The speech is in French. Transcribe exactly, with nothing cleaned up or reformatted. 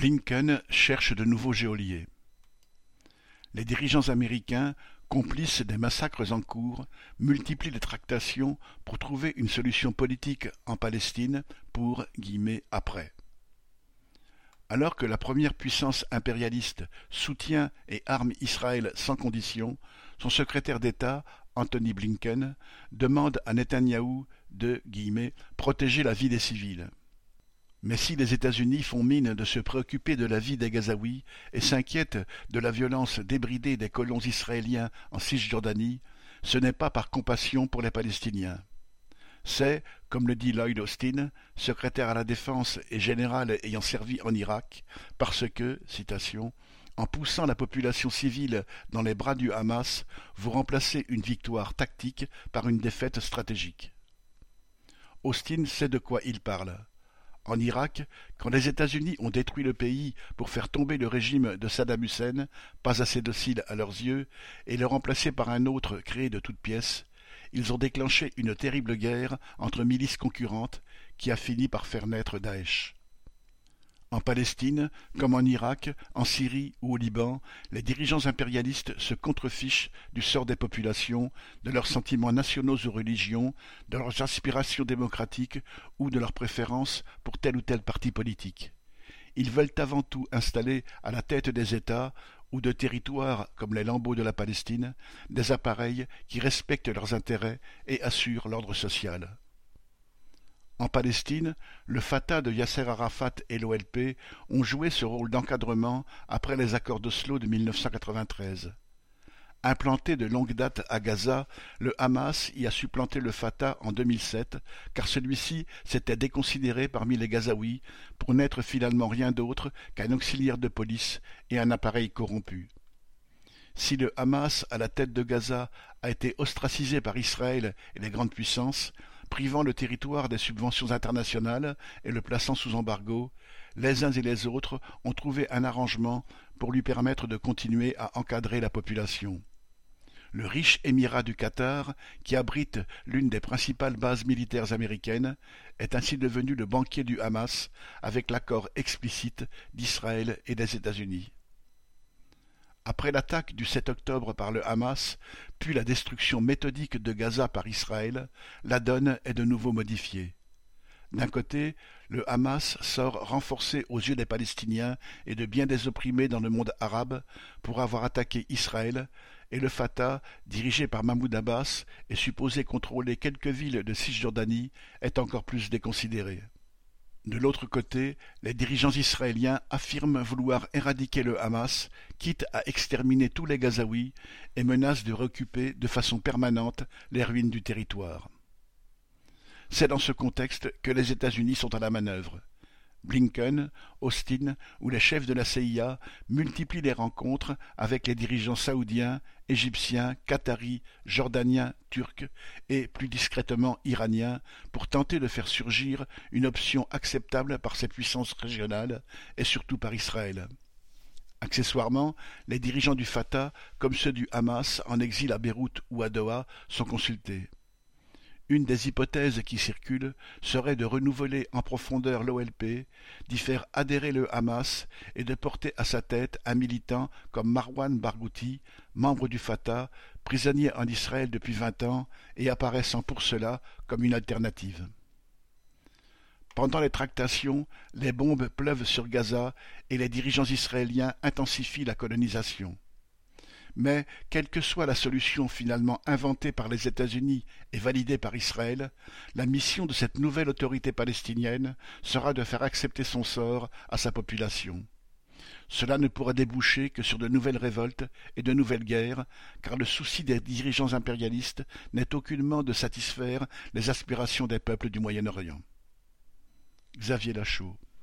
Blinken cherche de nouveaux geôliers. Les dirigeants américains, complices des massacres en cours, multiplient les tractations pour trouver une solution politique en Palestine pour « après ». Alors que la première puissance impérialiste soutient et arme Israël sans condition, son secrétaire d'État, Antony Blinken, demande à Netanyahou de « protéger la vie des civils ». Mais si les États-Unis font mine de se préoccuper de la vie des Gazaouis et s'inquiètent de la violence débridée des colons israéliens en Cisjordanie, ce n'est pas par compassion pour les Palestiniens. C'est, comme le dit Lloyd Austin, secrétaire à la Défense et général ayant servi en Irak, parce que, citation, « en poussant la population civile dans les bras du Hamas, vous remplacez une victoire tactique par une défaite stratégique. » Austin sait de quoi il parle. En Irak, quand les États-Unis ont détruit le pays pour faire tomber le régime de Saddam Hussein, pas assez docile à leurs yeux, et le remplacer par un autre créé de toutes pièces, ils ont déclenché une terrible guerre entre milices concurrentes qui a fini par faire naître Daesh. En Palestine, comme en Irak, en Syrie ou au Liban, les dirigeants impérialistes se contrefichent du sort des populations, de leurs sentiments nationaux ou religions, de leurs aspirations démocratiques ou de leurs préférences pour tel ou tel parti politique. Ils veulent avant tout installer à la tête des États ou de territoires comme les lambeaux de la Palestine des appareils qui respectent leurs intérêts et assurent l'ordre social. En Palestine, le Fatah de Yasser Arafat et l'O L P ont joué ce rôle d'encadrement après les accords d'Oslo de mille neuf cent quatre-vingt-treize. Implanté de longue date à Gaza, le Hamas y a supplanté le Fatah en deux mille sept, car celui-ci s'était déconsidéré parmi les Gazaouis pour n'être finalement rien d'autre qu'un auxiliaire de police et un appareil corrompu. Si le Hamas à la tête de Gaza a été ostracisé par Israël et les grandes puissances, privant le territoire des subventions internationales et le plaçant sous embargo, les uns et les autres ont trouvé un arrangement pour lui permettre de continuer à encadrer la population. Le riche émirat du Qatar, qui abrite l'une des principales bases militaires américaines, est ainsi devenu le banquier du Hamas, avec l'accord explicite d'Israël et des États-Unis. Après l'attaque du sept octobre par le Hamas, puis la destruction méthodique de Gaza par Israël, la donne est de nouveau modifiée. D'un côté, le Hamas sort renforcé aux yeux des Palestiniens et de bien des opprimés dans le monde arabe pour avoir attaqué Israël, et le Fatah, dirigé par Mahmoud Abbas et supposé contrôler quelques villes de Cisjordanie, est encore plus déconsidéré. De l'autre côté, les dirigeants israéliens affirment vouloir éradiquer le Hamas, quitte à exterminer tous les Gazaouis, et menacent de réoccuper de façon permanente les ruines du territoire. C'est dans ce contexte que les États-Unis sont à la manœuvre. Blinken, Austin ou les chefs de la C I A multiplient les rencontres avec les dirigeants saoudiens, égyptiens, qataris, jordaniens, turcs et, plus discrètement, iraniens pour tenter de faire surgir une option acceptable par ces puissances régionales et surtout par Israël. Accessoirement, les dirigeants du Fatah, comme ceux du Hamas en exil à Beyrouth ou à Doha, sont consultés. Une des hypothèses qui circulent serait de renouveler en profondeur l'O L P, d'y faire adhérer le Hamas et de porter à sa tête un militant comme Marwan Barghouti, membre du Fatah, prisonnier en Israël depuis vingt ans et apparaissant pour cela comme une alternative. Pendant les tractations, les bombes pleuvent sur Gaza et les dirigeants israéliens intensifient la colonisation. Mais, quelle que soit la solution finalement inventée par les États-Unis et validée par Israël, la mission de cette nouvelle autorité palestinienne sera de faire accepter son sort à sa population. Cela ne pourra déboucher que sur de nouvelles révoltes et de nouvelles guerres, car le souci des dirigeants impérialistes n'est aucunement de satisfaire les aspirations des peuples du Moyen-Orient. Xavier Lachaud.